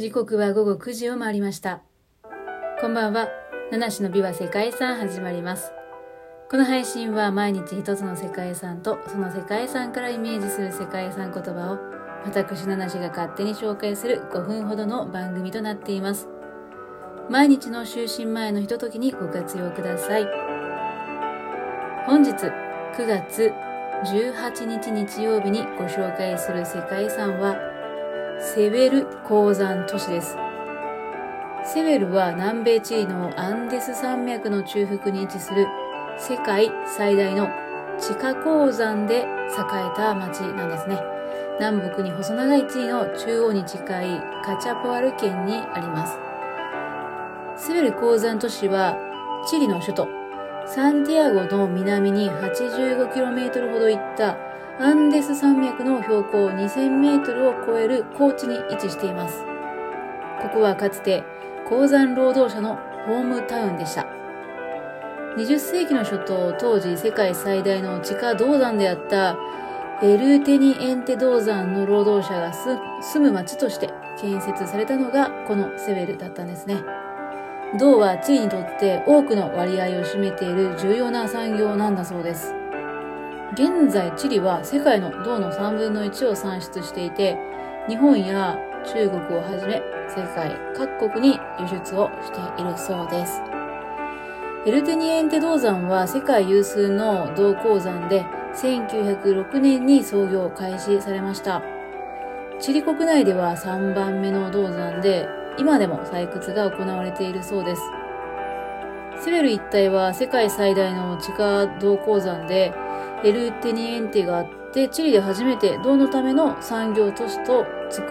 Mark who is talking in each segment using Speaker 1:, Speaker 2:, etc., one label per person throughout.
Speaker 1: 時刻は午後9時を回りました。こんばんは。七種の美は世界遺産始まります。この配信は毎日一つの世界遺産とその世界遺産からイメージする世界遺産言葉を私七種が勝手に紹介する5分ほどの番組となっています。毎日の就寝前のひとときにご活用ください。本日9月18日日曜日にご紹介する世界遺産はセベル鉱山都市です。セベルは南米チリのアンデス山脈の中腹に位置する世界最大の地下鉱山で栄えた町なんですね。南北に細長いチリの中央に近いカチャポアル県にあります。セベル鉱山都市はチリの首都サンティアゴの南に 85km ほど行ったアンデス山脈の標高 2000m を超える高地に位置しています。ここはかつて鉱山労働者のホームタウンでした。20世紀の初頭、当時世界最大の地下銅山であったエルテニエンテ銅山の労働者が住む町として建設されたのがこのセベルだったんですね。銅はチリにとって多くの割合を占めている重要な産業なんだそうです。現在チリは世界の銅の3分の1を産出していて、日本や中国をはじめ世界各国に輸出をしているそうです。エルテニエンテ銅山は世界有数の銅鉱山で1906年に操業開始されました。チリ国内では3番目の銅山で今でも採掘が行われているそうです。セベル一帯は世界最大の地下銅鉱山でエルテニエンテがあって、チリで初めて銅のための産業都市と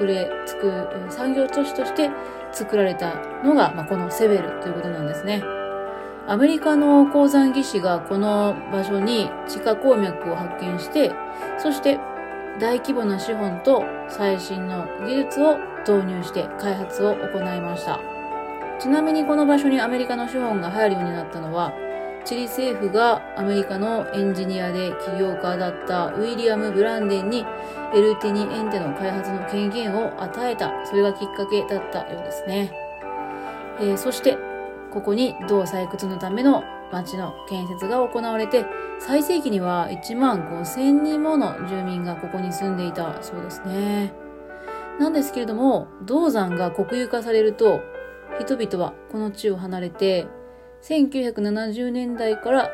Speaker 1: して作られたのが、このセベルということなんですね。アメリカの鉱山技師がこの場所に地下鉱脈を発見して、そして大規模な資本と最新の技術を導入して開発を行いました。ちなみにこの場所にアメリカの資本が入るようになったのは、チリ政府がアメリカのエンジニアで起業家だったウィリアム・ブランデンにエルテニエンテの開発の権限を与えた、それがきっかけだったようですね。そしてここに銅採掘のための町の建設が行われて、最盛期には15000人もの住民がここに住んでいたそうですね。なんですけれども、銅山が国有化されると人々はこの地を離れて、1970年代から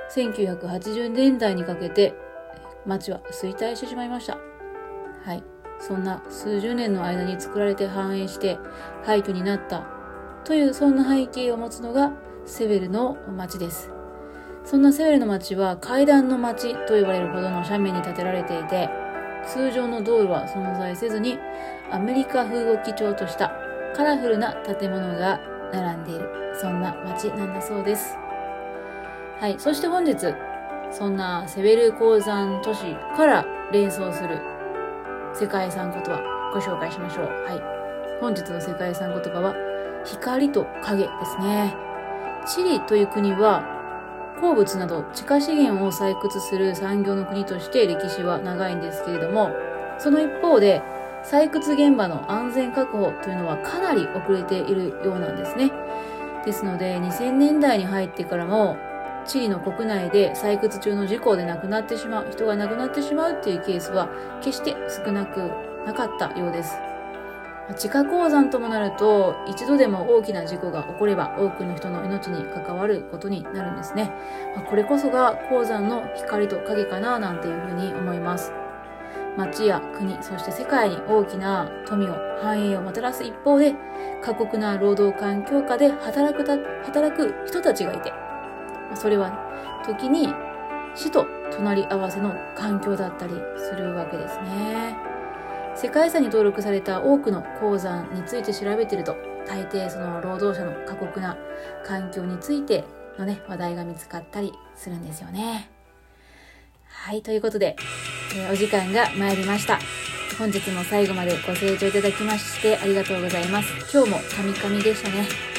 Speaker 1: 1980年代にかけて町は衰退してしまいました。はい。そんな数十年の間に作られて繁栄して廃墟になったという、そんな背景を持つのがセベルの町です。そんなセベルの町は階段の町と呼ばれるほどの斜面に建てられていて、通常の道路は存在せずにアメリカ風を基調としたカラフルな建物が並んでいる、そんな街なんだそうです。はい。そして本日、そんなセベル鉱山都市から連想する世界遺産言葉ご紹介しましょう。はい。本日の世界遺産言葉は光と影ですね。チリという国は鉱物など地下資源を採掘する産業の国として歴史は長いんですけれども、その一方で採掘現場の安全確保というのはかなり遅れているようなんですね。ですので2000年代に入ってからもチリの国内で採掘中の事故で人が亡くなってしまうっていうケースは決して少なくなかったようです。地下鉱山ともなると一度でも大きな事故が起これば多くの人の命に関わることになるんですね。これこそが鉱山の光と影かななんていうふうに思います。町や国、そして世界に大きな富を繁栄をもたらす一方で、過酷な労働環境下で働く人たちがいて、それは時に死と隣り合わせの環境だったりするわけですね。世界遺産に登録された多くの鉱山について調べていると、大抵その労働者の過酷な環境についての話題が見つかったりするんですよね。はい、ということで、お時間が参りました。本日も最後までご清聴いただきましてありがとうございます。今日もカミカミでしたね。